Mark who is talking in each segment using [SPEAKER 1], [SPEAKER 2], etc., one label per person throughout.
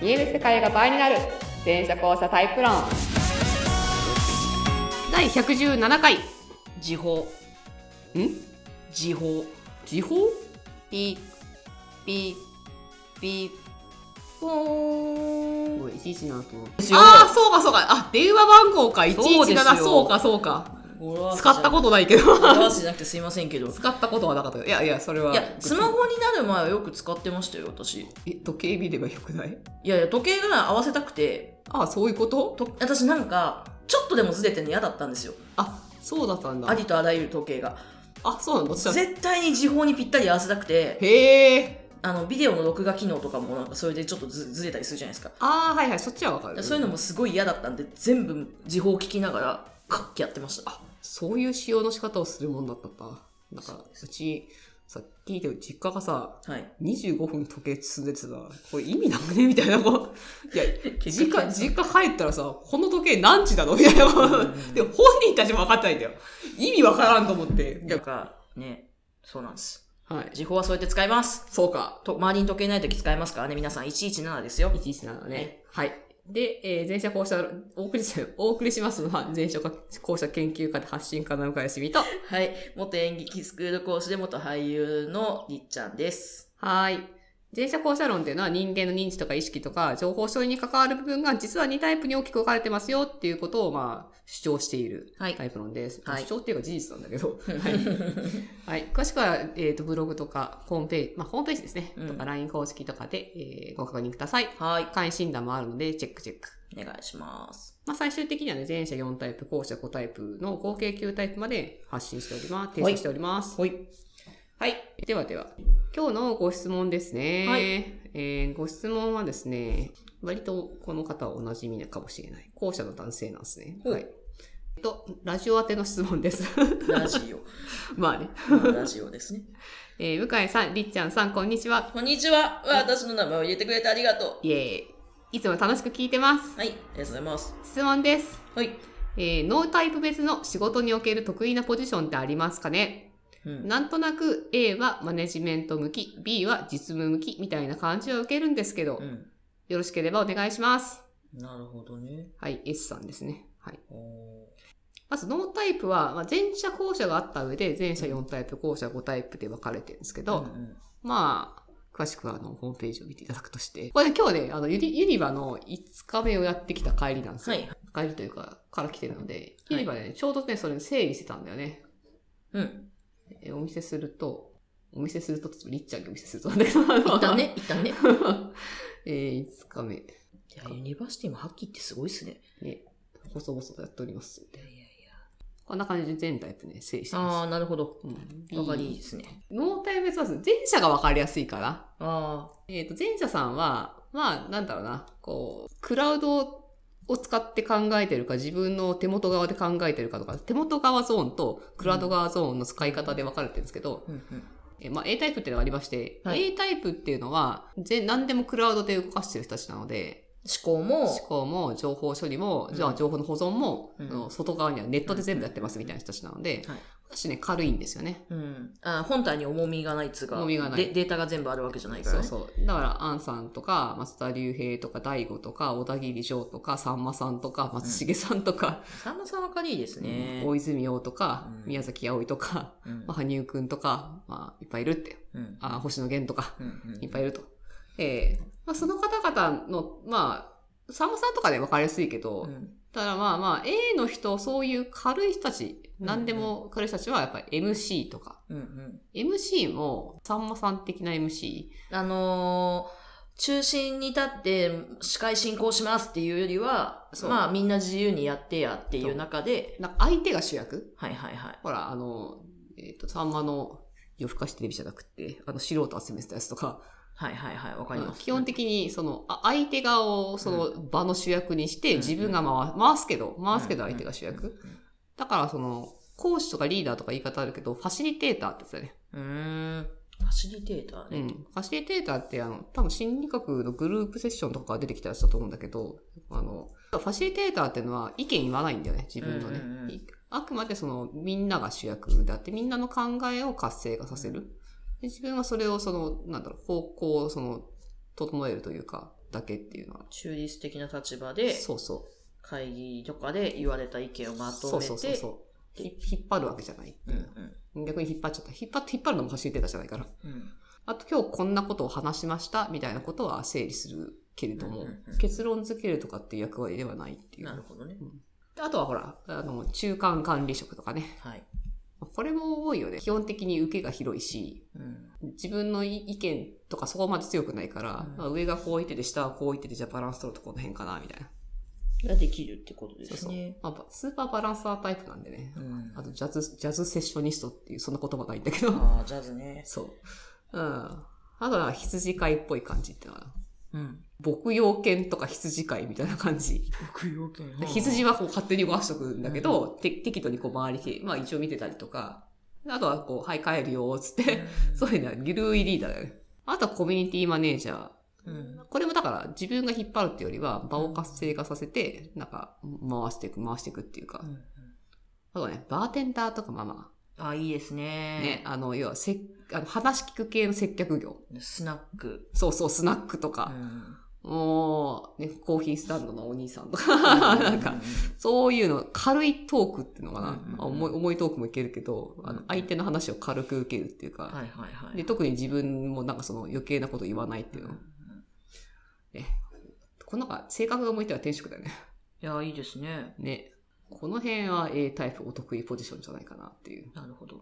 [SPEAKER 1] 見える世界が倍になる全車交差タイプ論第117回
[SPEAKER 2] 時報時報
[SPEAKER 1] 時報ピーピーピーポーンこれ11なと
[SPEAKER 2] ああそうかそうかあ電話番号か117そうかそうか使ったことないけど
[SPEAKER 3] じゃなくてすいませんけど
[SPEAKER 2] 使ったことはなかったけどいやそれはい
[SPEAKER 3] やスマホになる前はよく使ってましたよ私。
[SPEAKER 2] 時計見ればよくない？
[SPEAKER 3] いや時計が合わせたくて
[SPEAKER 2] そういうこと
[SPEAKER 3] 私なんかちょっとでもずれてるの嫌だったんですよ。
[SPEAKER 2] そうだったんだ。
[SPEAKER 3] ありとあらゆる時計が
[SPEAKER 2] そうなんだ。
[SPEAKER 3] 絶対に時報にぴったり合わせたくて
[SPEAKER 2] へえ
[SPEAKER 3] ビデオの録画機能とかもなんかそれでちょっとずれたりするじゃないですか。
[SPEAKER 2] はいはいそっちはわかる。
[SPEAKER 3] そういうのもすごい嫌だったんで全部時報聞きながらカッキやってました。
[SPEAKER 2] そういう仕様の仕方をするもんだったんだ。なんかうちさっき聞いて実家がさ、25分時計進んでてさ、これ意味なくねみたいな。いや実家帰ったらさ、この時計何時なのみたいな。でも本人たちも分かってないんだよ。意味わからんと思って。
[SPEAKER 3] なんかね、そうなんです。
[SPEAKER 2] はい。
[SPEAKER 3] 時報はそうやって使います。
[SPEAKER 2] そうか。
[SPEAKER 3] 周りに時計ないとき使えますからね。皆さん117ですよ。
[SPEAKER 2] 117ね。はい。で、全社交差、お送りしますのは、全社交差研究家で発信家の向井しみと。
[SPEAKER 3] はい。元演劇スクール講師で元俳優のりっちゃんです。
[SPEAKER 2] はい。全社交差論っていうのは人間の認知とか意識とか情報処理に関わる部分が実は2タイプに大きく分かれてますよっていうことを主張しているタイプ論です。主張っていうか事実なんだけど。はい。はい。詳しくは、ブログとかホームページですね。とか LINE 公式とかで、ご確認ください。
[SPEAKER 3] はい。
[SPEAKER 2] 会員診断もあるのでチェック。
[SPEAKER 3] お願いします。
[SPEAKER 2] 最終的にはね、前者4タイプ、後者5タイプの合計9タイプまで発信しております。提出しております。
[SPEAKER 3] はい。
[SPEAKER 2] はい。では、今日のご質問ですね。
[SPEAKER 3] はい。
[SPEAKER 2] ご質問はですね、割とこの方はお馴染みかもしれない。後者の男性なんですね。はい。ラジオ宛ての質問です。
[SPEAKER 3] ラジオ。ラジオですね。
[SPEAKER 2] 向井さん、りっちゃんさん、こんにちは。
[SPEAKER 3] こんにちは。私の名前を入れてくれてありがとう。
[SPEAKER 2] イエーイ。いつも楽しく聞いてます。
[SPEAKER 3] はい。ありがとうございます。
[SPEAKER 2] 質問です。
[SPEAKER 3] はい。
[SPEAKER 2] ノータイプ別の仕事における得意なポジションってありますかね？なんとなく A はマネジメント向き、B は実務向きみたいな感じを受けるんですけど、よろしければお願いします。
[SPEAKER 3] なるほどね。
[SPEAKER 2] はい、S さんですね。はい。まずノータイプは、前者後者があった上で、前者4タイプ、後者5タイプで分かれてるんですけど、詳しくはホームページを見ていただくとして。これね、今日ね、ユニバの5日目をやってきた帰りなんですよ。帰りというか、から来てるので、ユニバでね、ちょうどね、それ整理してたんだよね。お見せすると、りっちゃんにお見せするとなんだけど。
[SPEAKER 3] いたね。
[SPEAKER 2] 5日目。
[SPEAKER 3] いや、ユニバーシティもハッキーってすごいっすね。
[SPEAKER 2] ね、細々とやっております。こんな感じで全タイプね、整理してます。
[SPEAKER 3] なるほど。わかりいいですね。
[SPEAKER 2] ノータイプ別は前者がわかりやすいかな。前者さんは、なんだろうな、クラウドを使って考えてるか、自分の手元側で考えてるかとか、手元側ゾーンとクラウド側ゾーンの使い方で分かれてるんですけど、A タイプっていうのがありまして、A タイプっていうのは、何でもクラウドで動かしてる人たちなので、
[SPEAKER 3] 思考も
[SPEAKER 2] 情報処理も、情報の保存も、外側にはネットで全部やってますみたいな人たちなので、私ね、軽いんですよね。
[SPEAKER 3] 本体に重みがないっつうか、データが全部あるわけじゃないからね。
[SPEAKER 2] そう。だから、アンさんとか、松田龍平とか、大悟とか、小田切城とか、さんまさんとか、松重さんとか、
[SPEAKER 3] さんまさんわかりいいですね。
[SPEAKER 2] 大泉洋とか、宮崎葵とか、羽生くんとか、いっぱいいるって。星野源とか、いっぱいいると。その方々の、さんまさんとかで分かりやすいけど、ただA の人、そういう軽い人たち、何でも軽い人たちはやっぱり MC とか。MC も、さんまさん的な MC。
[SPEAKER 3] 中心に立って司会進行しますっていうよりは、みんな自由にやってやっていう中で。
[SPEAKER 2] なんか相手が主役？ほら、さんまの夜更かしテレビじゃなくて、素人集めてたやつとか、
[SPEAKER 3] わかります。
[SPEAKER 2] 基本的に、相手側を、場の主役にして、自分が回すけど相手が主役。だから、講師とかリーダーとか言い方あるけど、ファシリテーターって言ってたね。
[SPEAKER 3] ファシリテーターね。
[SPEAKER 2] ファシリテーターって、多分心理学のグループセッションとかが出てきたやつだと思うんだけど、ファシリテーターっていうのは意見言わないんだよね、自分のね。あくまでみんなが主役であって、みんなの考えを活性化させる。で自分はそれを方向を整えるというか、 だけっていうのは。
[SPEAKER 3] 中立的な立場で、
[SPEAKER 2] そうそう。
[SPEAKER 3] 会議とかで言われた意見をまとめて、
[SPEAKER 2] 引っ張るわけじゃないっていう。逆に引っ張っちゃった。引っ張るのもファシリテーターじゃないから。あと今日こんなことを話しましたみたいなことは整理するけれども、結論付けるとかっていう役割ではないっていう。
[SPEAKER 3] なるほどね。
[SPEAKER 2] あとはほら、中間管理職とかね。
[SPEAKER 3] はい。
[SPEAKER 2] これも多いよね。基本的に受けが広いし、自分の意見とかそこまで強くないから、上がこう言ってて、下はこう言ってて、じゃあバランス取るとこの辺かな、みたいな。
[SPEAKER 3] ができるってことですね。
[SPEAKER 2] そうそう。スーパーバランサータイプなんでね。あとジャズセッショニストっていう、そんな言葉ないんだけど。
[SPEAKER 3] ああ、ジャズね。
[SPEAKER 2] そう。あとは羊飼いっぽい感じってのは。牧羊犬とか羊飼いみたいな感じ。
[SPEAKER 3] 牧羊犬。
[SPEAKER 2] 羊はこう勝手に動かしとくんだけど、適度にこう周りで、まあ一応見てたりとか、あとはこう、はい帰るよ、つって、そういうのはゆるいリーダーだよね。あとはコミュニティマネージャー。これもだから自分が引っ張るっていうよりは場を活性化させて、なんか回していくっていうか。あとね、バーテンダーとか
[SPEAKER 3] あ、いいですね。
[SPEAKER 2] ね、要は話聞く系の接客業。
[SPEAKER 3] スナック。
[SPEAKER 2] そうそう、スナックとか。もう、ね、コーヒースタンドのお兄さんとか、なんか、そういうの、軽いトークっていうのかな。重いトークもいけるけど、相手の話を軽く受けるっていうか。で、特に自分もなんかその余計なこと言わないっていうの。このなんか性格が向いては転職だよね。
[SPEAKER 3] いや、いいですね。
[SPEAKER 2] ね。この辺は A タイプお得意ポジションじゃないかなっていう。
[SPEAKER 3] なるほど。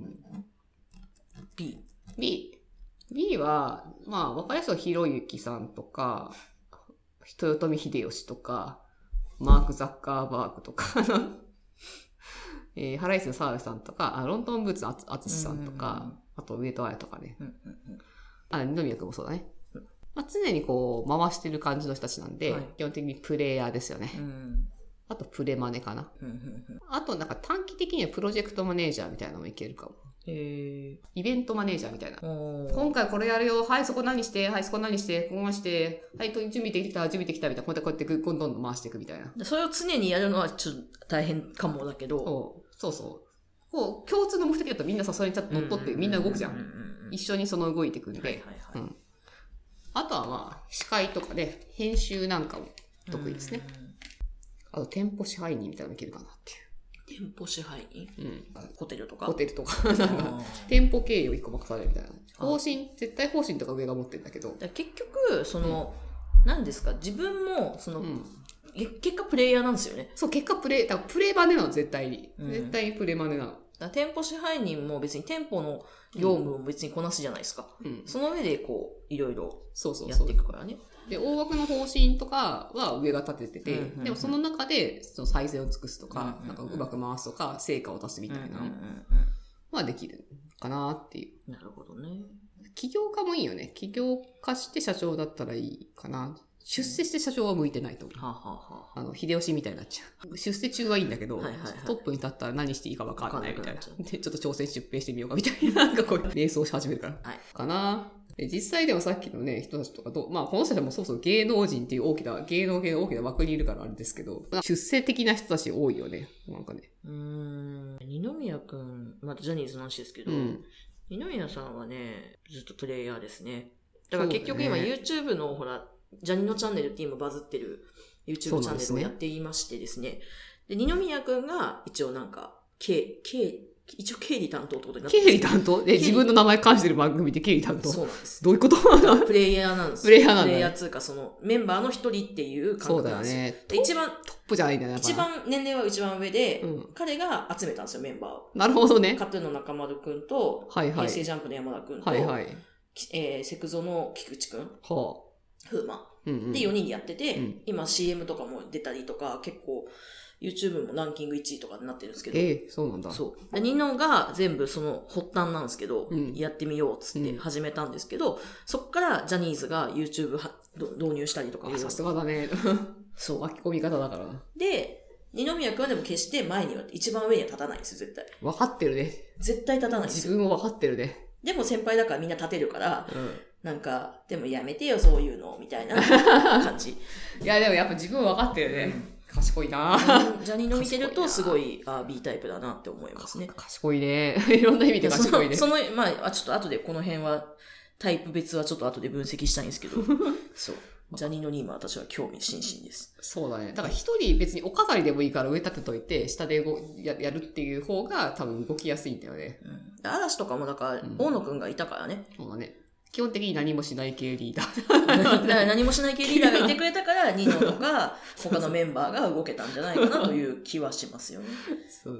[SPEAKER 2] B は、まあ、わかりやすいひろゆきさんとか、豊臣秀吉とか、マーク・ザッカーバーグとか、ハライチの澤部さんとか、ロンドンブーツの淳さんとか、あと上戸彩とかね。二宮君もそうだね。まあ、常にこう、回してる感じの人たちなんで、基本的にプレイヤーですよね。あと、プレマネかな。あと、なんか短期的にはプロジェクトマネージャーみたいなのもいけるかも。イベントマネージャーみたいな。今回これやるよ。はい、そこ何して、はい、そこ何して、ここ回して、はい、準備できた、みたいな。こうやってどんどん回していくみたいな。
[SPEAKER 3] それを常にやるのはちょっと大変かもだけど。
[SPEAKER 2] そう。こう、共通の目的だとみんなそれにちゃんと乗っ取ってみんな動くじゃん。一緒にその動いていくんで。あとはまあ、司会とかで、編集なんかも得意ですね。あと、店舗支配人みたいなのもいけるかなっていう。
[SPEAKER 3] 店舗支配人ホテルとか
[SPEAKER 2] なんか、店舗経営を一個任されるみたいな。絶対方針とか上が持ってるんだけど。
[SPEAKER 3] 結局、何ですか、自分も、結果プレイヤーなんですよね。
[SPEAKER 2] そう、結果プレイマネなの、絶対に。絶対にプレイマネなの。
[SPEAKER 3] 店舗支配人も別に店舗の業務を別にこなすじゃないですか。その上でこう、いろいろやっていくからね。
[SPEAKER 2] で、大枠の方針とかは上が立ててて、でもその中で、その最善を尽くすとか、なんかうまく回すとか、成果を出すみたいなのはできるかなっていう。
[SPEAKER 3] なるほどね。
[SPEAKER 2] 起業家もいいよね。起業家して社長だったらいいかな。出世して社長は向いてないと思う。秀吉みたいになっちゃう。出世中はいいんだけど、トップに立ったら何していいか分かんないみたいな。で、ちょっと挑戦出兵してみようかみたいな。なんかこう、瞑想し始めるから。かな。実際でもさっきのね、人たちとかまあこの人たちもそもそも芸能人っていう芸能系の大きな枠にいるからあれですけど、出世的な人たち多いよね。なんかね。
[SPEAKER 3] 二宮くん、またジャニーズの話ですけど、二宮さんはね、ずっとプレイヤーですね。だから結局今 YouTube のほら、ジャニのチャンネルって今バズってる YouTube チャンネルをやっていましてですね。で、二宮くんが一応なんか、一応経理担当ってことになってる。
[SPEAKER 2] 経理担当で、自分の名前関してる番組で経理担当。
[SPEAKER 3] そうなんです。
[SPEAKER 2] どういうこと
[SPEAKER 3] プレイヤーなんです。
[SPEAKER 2] プレイヤーなんだ、ね。
[SPEAKER 3] プレイヤーつうか、メンバーの一人っていう感覚なんですよ。そうだよね。で、一番、
[SPEAKER 2] トップじゃないんだよね。
[SPEAKER 3] 一番、年齢は一番上で、彼が集めたんですよ、メンバーを。
[SPEAKER 2] なるほどね。
[SPEAKER 3] カトゥーンの中丸くんと、平成ジャンプの山田くんと、セクゾの菊池くん、風磨。で、4人でやってて、今 CM とかも出たりとか、結構、YouTube もランキング1位とかになってるんですけど。
[SPEAKER 2] そうなんだ。
[SPEAKER 3] そう。ニノが全部その発端なんですけど、やってみようっつって始めたんですけど、そっからジャニーズが YouTube 導入したりとか。
[SPEAKER 2] さすがだね。そう。巻き込み方だから。
[SPEAKER 3] で、二宮くんはでも決して前には、一番上には立たないんですよ、絶対。
[SPEAKER 2] 分かってるね。
[SPEAKER 3] 絶対立たないんですよ。
[SPEAKER 2] 自分も分かってるね。
[SPEAKER 3] でも先輩だからみんな立てるから、なんか、でもやめてよ、そういうの、みたいな感じ。
[SPEAKER 2] いや、でもやっぱ自分分かってるね。賢いな
[SPEAKER 3] ジャニーの見てるとすごい B タイプだなって思いますね。
[SPEAKER 2] 賢いね。いろんな意味で賢いね。
[SPEAKER 3] まあ、ちょっと後でこの辺は、タイプ別はちょっと後で分析したいんですけど。そう。 ジャニーのニームは私は興味津々です。
[SPEAKER 2] そうだね。だから一人別にお飾りでもいいから上立てといて、下でやるっていう方が多分動きやすいんだよね。
[SPEAKER 3] 嵐とかもだから、大野くんがいたからね。
[SPEAKER 2] そうだね。基本的に何もしない系リーダ
[SPEAKER 3] ー。だから何もしない系リーダーがいてくれたから、ニノとか他のメンバーが動けたんじゃないかなという気はしますよね。
[SPEAKER 2] そう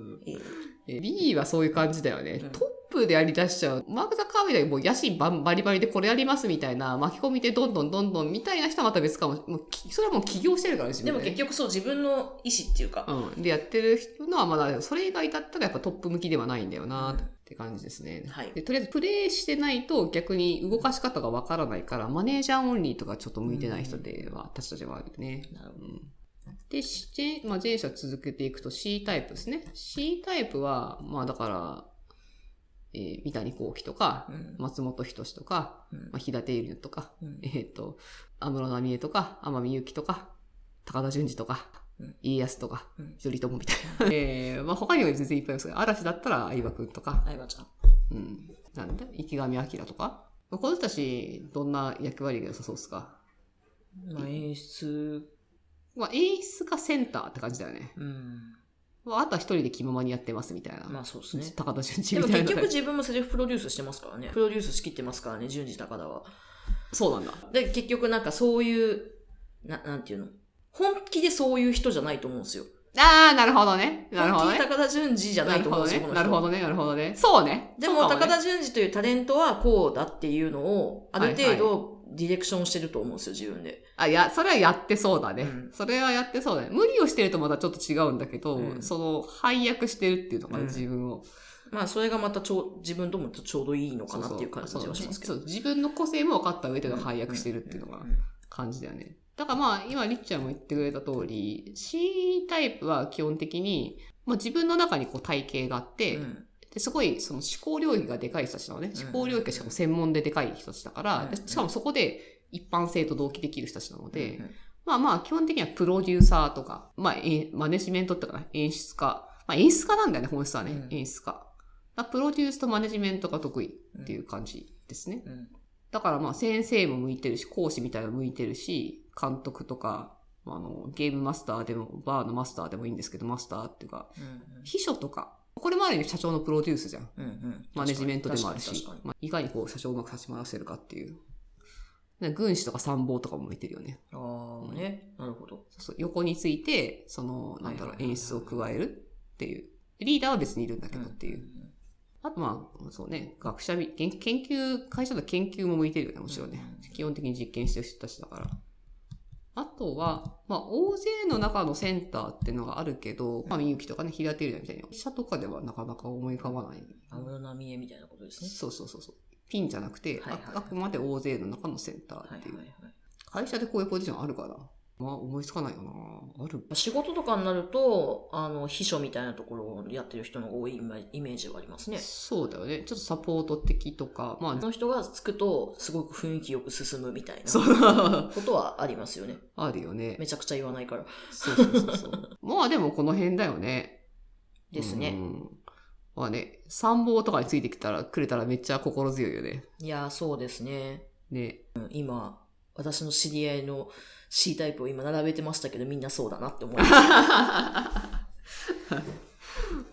[SPEAKER 2] 。B はそういう感じだよね。トップでやり出しちゃう。マーク・ザ・カービーでもう野心バリバリでこれやりますみたいな、巻き込みでどんどんみたいな人はまた別かも。それはもう起業してるからね。
[SPEAKER 3] でも結局そう自分の意思っていうか。
[SPEAKER 2] でやってる人のはまだ、それ以外だったらやっぱトップ向きではないんだよなって感じですね。
[SPEAKER 3] はい。
[SPEAKER 2] でとりあえずプレイしてないと逆に動かし方がわからないから、マネージャーオンリーとかちょっと向いてない人では、私たちはあるよね。
[SPEAKER 3] なるほど。
[SPEAKER 2] で、前者続けていくと C タイプですね。C タイプは、だから、三谷幸喜とか、松本人志とか、平手友梨とか、安室奈美恵とか、天海祐希とか、高田純次とか、家康とか、頼朝みたいな。他にも全然いっぱいいますけど、嵐だったら相葉くんとか。
[SPEAKER 3] 相葉ちゃん。
[SPEAKER 2] なんだ池上彰とか。この人たち、どんな役割が良さそうですか？
[SPEAKER 3] 演出。
[SPEAKER 2] 演出がセンターって感じだよね。あとは一人で気ままにやってますみたいな。
[SPEAKER 3] まあそうですね。
[SPEAKER 2] 高田純次みたいな。
[SPEAKER 3] でも結局自分もセルフプロデュースしてますからね。プロデュース仕切ってますからね、純次高田は。
[SPEAKER 2] そうなんだ。
[SPEAKER 3] で、結局なんかそういう、なんていうの？本気でそういう人じゃないと思うんですよ。
[SPEAKER 2] あー、なるほどね。なるほどね。
[SPEAKER 3] 本気で高田純次じゃないと思うんですよ、
[SPEAKER 2] なるほどね。なるほどね。そうね。
[SPEAKER 3] でも、高田純次というタレントはこうだっていうのを、ある程度、ディレクションしてると思うんですよ、自分で。
[SPEAKER 2] それはやってそうだね。それはやってそうだね。無理をしてるとまたちょっと違うんだけど、配役してるっていうのが自分を。
[SPEAKER 3] まあ、それがまた自分ともちょうどいいのかなっていう感じはしますけど。
[SPEAKER 2] そう、自分の個性も分かった上での配役してるっていうのが感じだよね。だから今、りっちゃんも言ってくれた通り、C タイプは基本的に、自分の中に体型があって、ですごい思考領域がでかい人たちなのね。思考領域がしかも専門ででかい人たちだから、しかもそこで一般性と同期できる人たちなので、基本的にはプロデューサーとか、マネジメントってかな、演出家。演出家なんだよね、本質はね。演出家。プロデュースとマネジメントが得意っていう感じですね。だから先生も向いてるし、講師みたいなの向いてるし、監督とか、ゲームマスターでも、バーのマスターでもいいんですけど、マスターっていうか、秘書とか、これもある意味社長のプロデュースじゃん。マネジメントでもあるし、いかに社長をうまく立ち回せるかっていう。軍師とか参謀とかも向いてるよね。
[SPEAKER 3] ね。なるほど。
[SPEAKER 2] そう横について、演出を加えるっていう。リーダーは別にいるんだけどっていう。あとそうね、学者、研究、会社の研究も向いてるよね、もちろんね。基本的に実験してる人たちだから。あとは、大勢の中のセンターっていうのがあるけど、みゆきとかね、平手友梨みたいな、記者とかではなかなか思い浮かばない。
[SPEAKER 3] 安室奈美恵みたいなことですね。
[SPEAKER 2] そう。ピンじゃなくて、あくまで大勢の中のセンターっていう。会社でこういうポジションあるかな？思いつかないよな。ある。
[SPEAKER 3] 仕事とかになると、秘書みたいなところをやってる人の多いイメージはありますね。
[SPEAKER 2] そうだよね。ちょっとサポート的とか、
[SPEAKER 3] その人がつくと、すごく雰囲気よく進むみたいなことはありますよね。
[SPEAKER 2] あるよね。
[SPEAKER 3] めちゃくちゃ言わないから。
[SPEAKER 2] そう。でもこの辺だよね。
[SPEAKER 3] ですね。
[SPEAKER 2] 参謀とかについてくれたらめっちゃ心強いよね。
[SPEAKER 3] いや、そうですね。
[SPEAKER 2] ね。
[SPEAKER 3] 今、私の知り合いのC タイプを今並べてましたけど、みんなそうだなって思いました。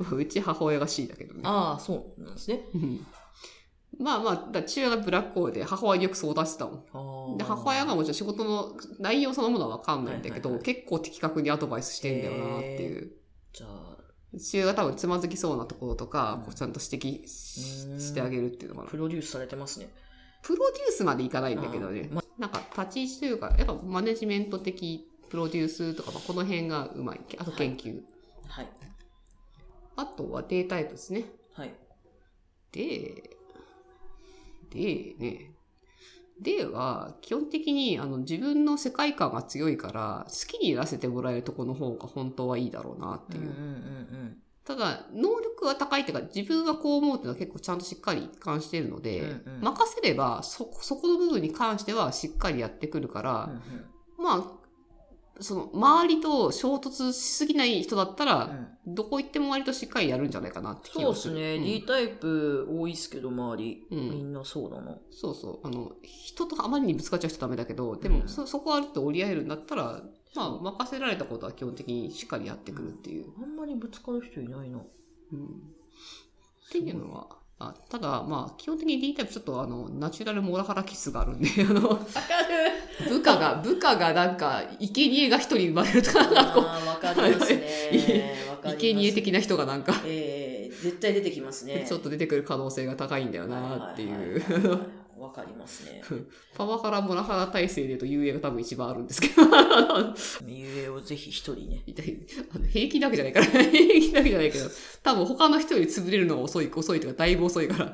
[SPEAKER 2] うち母親が C だけどね。
[SPEAKER 3] ああ、そうなんですね。
[SPEAKER 2] 父親がブラックホールで母親によく相談してたもん。で、母親がもちろん仕事の内容そのものはわかんないんだけど、結構的確にアドバイスしてんだよなっていう。
[SPEAKER 3] じゃあ、
[SPEAKER 2] 父親が多分つまずきそうなところとか、ちゃんと指摘してあげるっていうのかな。
[SPEAKER 3] プロデュースされてますね。
[SPEAKER 2] プロデュースまでいかないんだけどね。なんか立ち位置というか、やっぱマネジメント的プロデュースとか、この辺がうまい。あと研究。
[SPEAKER 3] はい。
[SPEAKER 2] あとはデータイプですね。
[SPEAKER 3] はい。
[SPEAKER 2] では、基本的に自分の世界観が強いから、好きにやらせてもらえるとこの方が本当はいいだろうなっていう。ただ、能力が高いっていうか、自分はこう思うっていうのは結構ちゃんとしっかり一貫しているので、任せればそこの部分に関してはしっかりやってくるから、 その周りと衝突しすぎない人だったら、どこ行っても割としっかりやるんじゃないかなって気がする。
[SPEAKER 3] そうですね。D タイプ多いっすけど、周り。みんなそうだな。
[SPEAKER 2] そうそう。人とあまりにぶつかっちゃう人ダメだけど、でも、そこあると折り合えるんだったら、まあ、任せられたことは基本的にしっかりやってくるっていう。
[SPEAKER 3] あんまりぶつかる人いないな。
[SPEAKER 2] っていうのは、ただ、まあ、基本的に D タイプちょっとナチュラルモラハラ気質があるんで、
[SPEAKER 3] わかる。
[SPEAKER 2] 部下がなんか、生贄が一人生まれるとか、なんか
[SPEAKER 3] わかりますね。
[SPEAKER 2] 生贄的な人がなんか、
[SPEAKER 3] 絶対出てきますね。
[SPEAKER 2] ちょっと出てくる可能性が高いんだよなっていう。
[SPEAKER 3] わかりますね。
[SPEAKER 2] パワハラ、モラハラ体制で言うと、遊泳が多分一番あるんですけど。
[SPEAKER 3] 遊泳をぜひ一人ね。
[SPEAKER 2] 平気だけじゃないから、平気だけじゃないけど、多分他の人より潰れるのが遅いとか、だいぶ遅いから。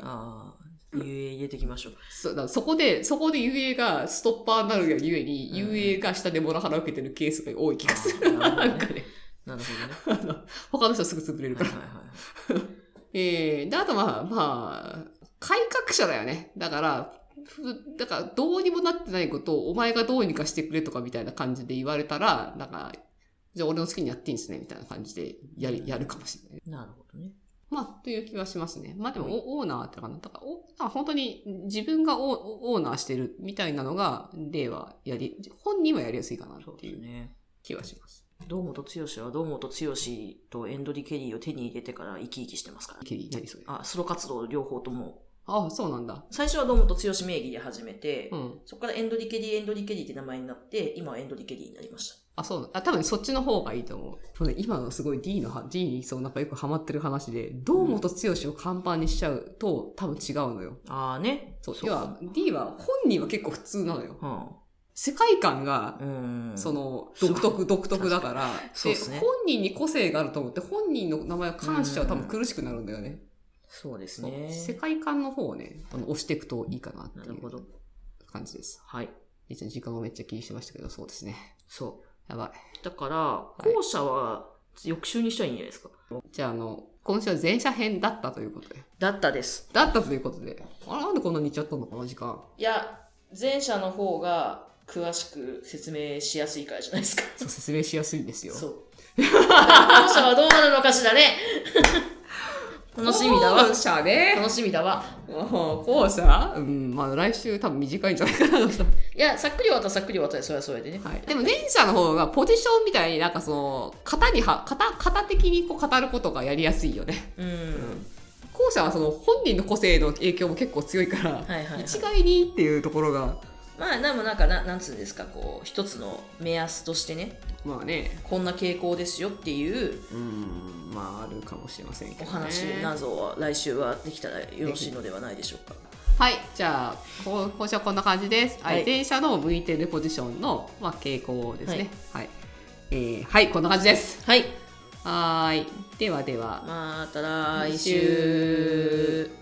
[SPEAKER 3] 遊泳入れていきましょう。
[SPEAKER 2] そこで遊泳がストッパーになるがゆえに、遊泳が下でモラハラを受けてるケースが多い気がする。なんかね。
[SPEAKER 3] なるほどね。
[SPEAKER 2] 他の人はすぐ潰れるから。で、あとまあ、改革者だよね。だからどうにもなってないことをお前がどうにかしてくれとかみたいな感じで言われたら、じゃあ俺の好きにやっていいんですね、みたいな感じでやるかもしれない。
[SPEAKER 3] なるほどね。
[SPEAKER 2] まあ、という気はしますね。まあでも、オーナーってかな。だから本当に自分がオーナーしてるみたいなのが、本人はやりやすいかなっていう気はします。
[SPEAKER 3] 堂本剛は堂本剛とエンドリ・ケリーを手に入れてから生き生きしてますから。
[SPEAKER 2] ケリー、何それ？
[SPEAKER 3] ソロ活動両方とも。
[SPEAKER 2] そうなんだ。
[SPEAKER 3] 最初は堂本剛名義で始めて、そこからエンドリ・ケリーって名前になって、今はエンドリ・ケリーになりました。
[SPEAKER 2] そう多分そっちの方がいいと思う。今のすごい D になんかよくハマってる話で、堂本剛を看板にしちゃうと多分違うのよ。
[SPEAKER 3] ね。
[SPEAKER 2] そう。要は D は本人は結構普通なのよ。世界観が、独特だから、
[SPEAKER 3] そうですね。
[SPEAKER 2] 本人に個性があると思って、本人の名前を冠しちゃうと多分苦しくなるんだよね。
[SPEAKER 3] そうですね。
[SPEAKER 2] 世界観の方をね、押していくといいかなっていう感じです。
[SPEAKER 3] はい。
[SPEAKER 2] 時間もめっちゃ気にしてましたけど、そうですね。
[SPEAKER 3] そう。
[SPEAKER 2] やばい。
[SPEAKER 3] だから、後者は翌週にしたらいいんじゃないですか。
[SPEAKER 2] じゃあ、今週は前者編だったということで。
[SPEAKER 3] だったです。
[SPEAKER 2] だったということで。なんでこんなにいっちゃったのかな、時間。
[SPEAKER 3] いや、前者の方が詳しく説明しやすいからじゃないですか。
[SPEAKER 2] そう、説明しやすいんですよ。
[SPEAKER 3] そう。後者はどうなるのかしらね。楽しみだわ。
[SPEAKER 2] 後者ね。
[SPEAKER 3] 楽しみだわ。
[SPEAKER 2] 後者まあ来週多分短いんじゃないかな。い
[SPEAKER 3] や、さっくり終わったらそれはそれでね。
[SPEAKER 2] はい。でも前者の方がポジションみたいに型的に語ることがやりやすいよね。後者は本人の個性の影響も結構強いから、一概にっていうところが。
[SPEAKER 3] まあ、でもなんつうんですか、一つの目安としてね。
[SPEAKER 2] まあね。
[SPEAKER 3] こんな傾向ですよっていう。
[SPEAKER 2] まああるかもしれませんけどね。
[SPEAKER 3] お話などは来週はできたらよろしいのではないでしょうか。
[SPEAKER 2] はい。じゃあ、今週はこんな感じです。はい。前者の向いてるポジションの、傾向ですね。はい。はい。こんな感じです。
[SPEAKER 3] はい。
[SPEAKER 2] はい。では。
[SPEAKER 3] また来週。